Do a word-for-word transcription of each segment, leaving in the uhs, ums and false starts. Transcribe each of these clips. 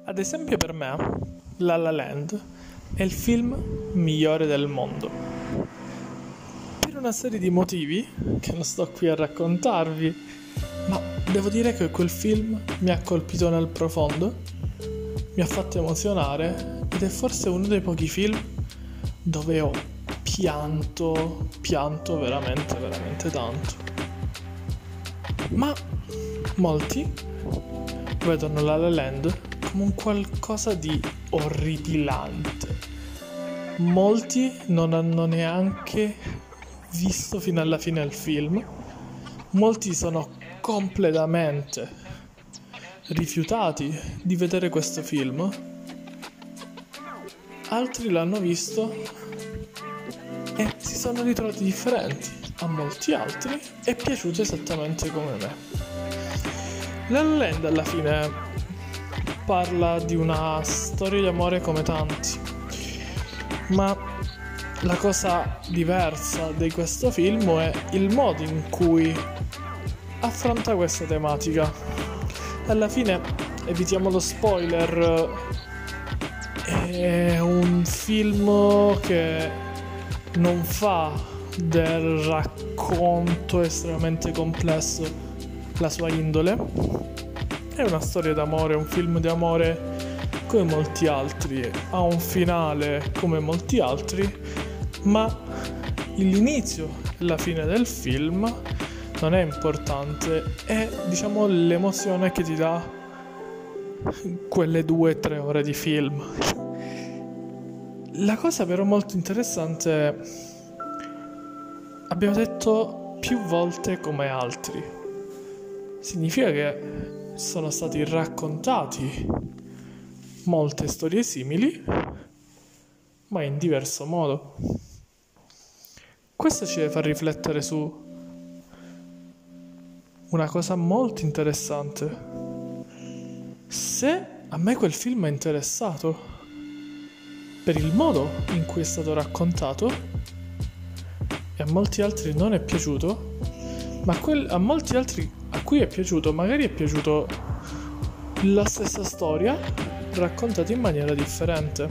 Ad esempio per me, La La Land è il film migliore del mondo. Per una serie di motivi che non sto qui a raccontarvi, ma devo dire che quel film mi ha colpito nel profondo, mi ha fatto emozionare ed è forse uno dei pochi film dove ho pianto, pianto veramente, veramente tanto. Ma molti vedono La La Land come un qualcosa di orripilante. Molti non hanno neanche visto fino alla fine il film. Molti sono completamente rifiutati di vedere questo film. Altri l'hanno visto e si sono ritrovati differenti. A molti altri è piaciuto esattamente come me. La La Land alla fine parla di una storia di amore come tanti, ma la cosa diversa di questo film è il modo in cui affronta questa tematica. Alla fine, evitiamo lo spoiler, è un film che non fa del racconto estremamente complesso la sua indole. È una storia d'amore, un film di amore come molti altri, ha un finale come molti altri, ma l'inizio e la fine del film non è importante, è diciamo l'emozione che ti dà quelle due o tre ore di film. La cosa però molto interessante è, abbiamo detto più volte come altri, significa che sono stati raccontati molte storie simili, ma in diverso modo. Questo ci deve far riflettere su una cosa molto interessante. Se a me quel film è interessato per il modo in cui è stato raccontato e a molti altri non è piaciuto, ma quel, a molti altri a cui è piaciuto, magari è piaciuto la stessa storia raccontata in maniera differente.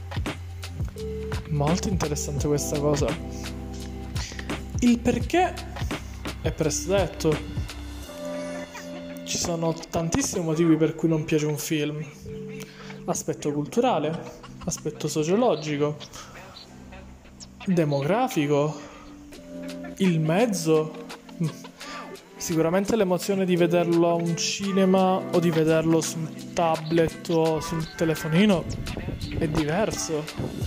Molto interessante questa cosa. Il perché è presto detto. Ci sono tantissimi motivi per cui non piace un film. Aspetto culturale, aspetto sociologico, demografico, il mezzo. Sicuramente l'emozione di vederlo a un cinema o di vederlo sul tablet o sul telefonino è diverso.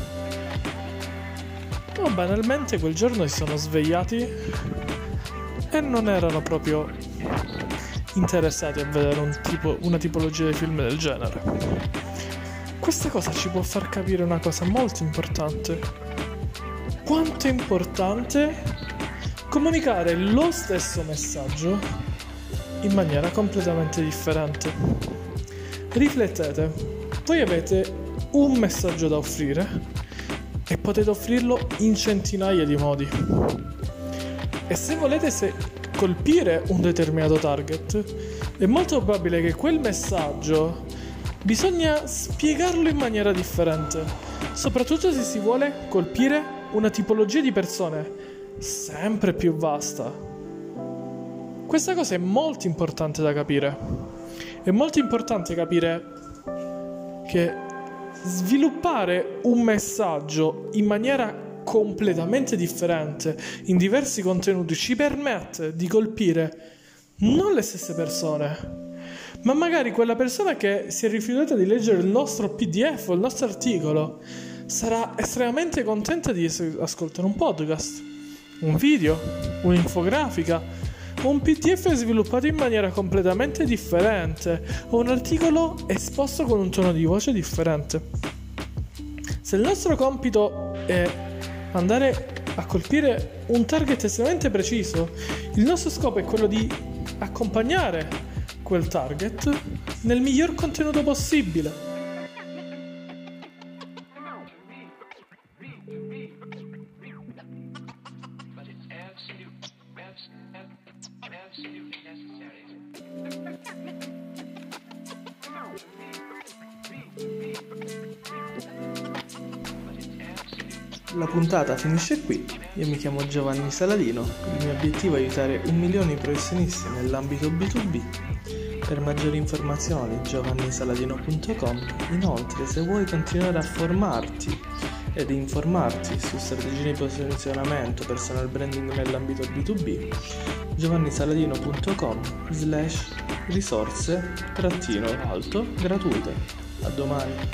Ma banalmente quel giorno si sono svegliati e non erano proprio interessati a vedere un tipo, una tipologia di film del genere. Questa cosa ci può far capire una cosa molto importante. Quanto è importante comunicare lo stesso messaggio in maniera completamente differente. Riflettete, voi avete un messaggio da offrire e potete offrirlo in centinaia di modi. E se volete se colpire un determinato target, è molto probabile che quel messaggio bisogna spiegarlo in maniera differente, soprattutto se si vuole colpire una tipologia di persone sempre più vasta. Questa cosa è molto importante da capire. È molto importante capire che sviluppare un messaggio in maniera completamente differente in diversi contenuti ci permette di colpire non le stesse persone, ma magari quella persona che si è rifiutata di leggere il nostro P D F o il nostro articolo sarà estremamente contenta di ascoltare un podcast, un video, un'infografica, un P D F sviluppato in maniera completamente differente o un articolo esposto con un tono di voce differente. Se il nostro compito è andare a colpire un target estremamente preciso, il nostro scopo è quello di accompagnare quel target nel miglior contenuto possibile. La puntata finisce qui. Io mi chiamo Giovanni Saladino. Il mio obiettivo è aiutare un milione di professionisti nell'ambito B due B. Per maggiori informazioni giovannisaladino punto com. Inoltre, se vuoi continuare a formarti ed informarti su strategie di posizionamento personal branding nell'ambito B due B, giovannisaladino punto com slash risorse trattino alto gratuite. A domani.